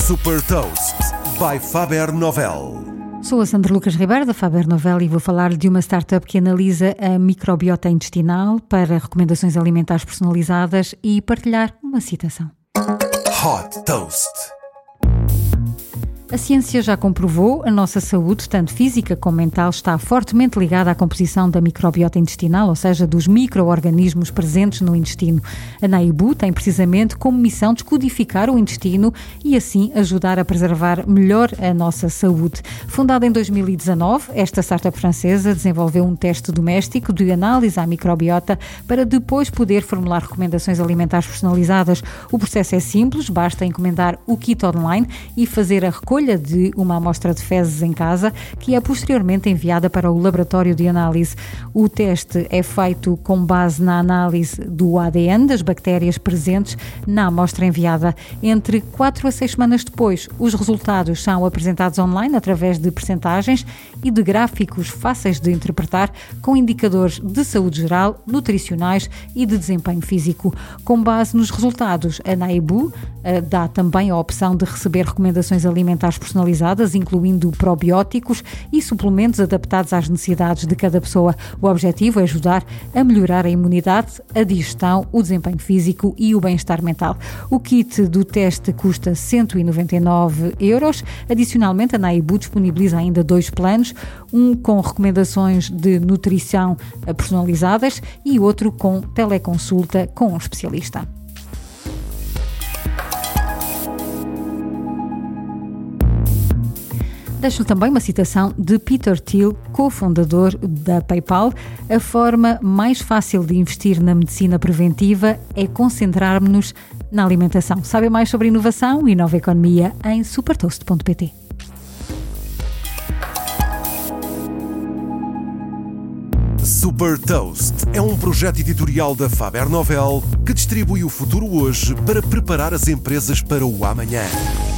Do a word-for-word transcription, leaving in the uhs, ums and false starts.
Super Toast by Faber Novel. Sou a Sandra Lucas Ribeiro da Faber Novel e vou falar de uma startup que analisa a microbiota intestinal para recomendações alimentares personalizadas e partilhar uma citação. Hot Toast. A ciência já comprovou a nossa saúde, tanto física como mental, está fortemente ligada à composição da microbiota intestinal, ou seja, dos micro-organismos presentes no intestino. A Naibu tem precisamente como missão descodificar o intestino e assim ajudar a preservar melhor a nossa saúde. Fundada em dois mil e dezanove, esta startup francesa desenvolveu um teste doméstico de análise à microbiota para depois poder formular recomendações alimentares personalizadas. O processo é simples, basta encomendar o kit online e fazer a recolha de uma amostra de fezes em casa, que é posteriormente enviada para o laboratório de análise. O teste é feito com base na análise do A D N das bactérias presentes na amostra enviada. Entre quatro a seis semanas depois, os resultados são apresentados online através de percentagens e de gráficos fáceis de interpretar, com indicadores de saúde geral, nutricionais e de desempenho físico. Com base nos resultados, a Naibu uh, dá também a opção de receber recomendações alimentares personalizadas, incluindo probióticos e suplementos adaptados às necessidades de cada pessoa. O objetivo é ajudar a melhorar a imunidade, a digestão, o desempenho físico e o bem-estar mental. O kit do teste custa cento e noventa e nove euros. Adicionalmente, a Naibu disponibiliza ainda dois planos, um com recomendações de nutrição personalizadas e outro com teleconsulta com um especialista. Deixo-lhe também uma citação de Peter Thiel, cofundador da PayPal. A forma mais fácil de investir na medicina preventiva é concentrarmos-nos na alimentação. Sabe mais sobre inovação e nova economia em supertoast ponto pt. Super Toast é um projeto editorial da Faber Novel que distribui o futuro hoje para preparar as empresas para o amanhã.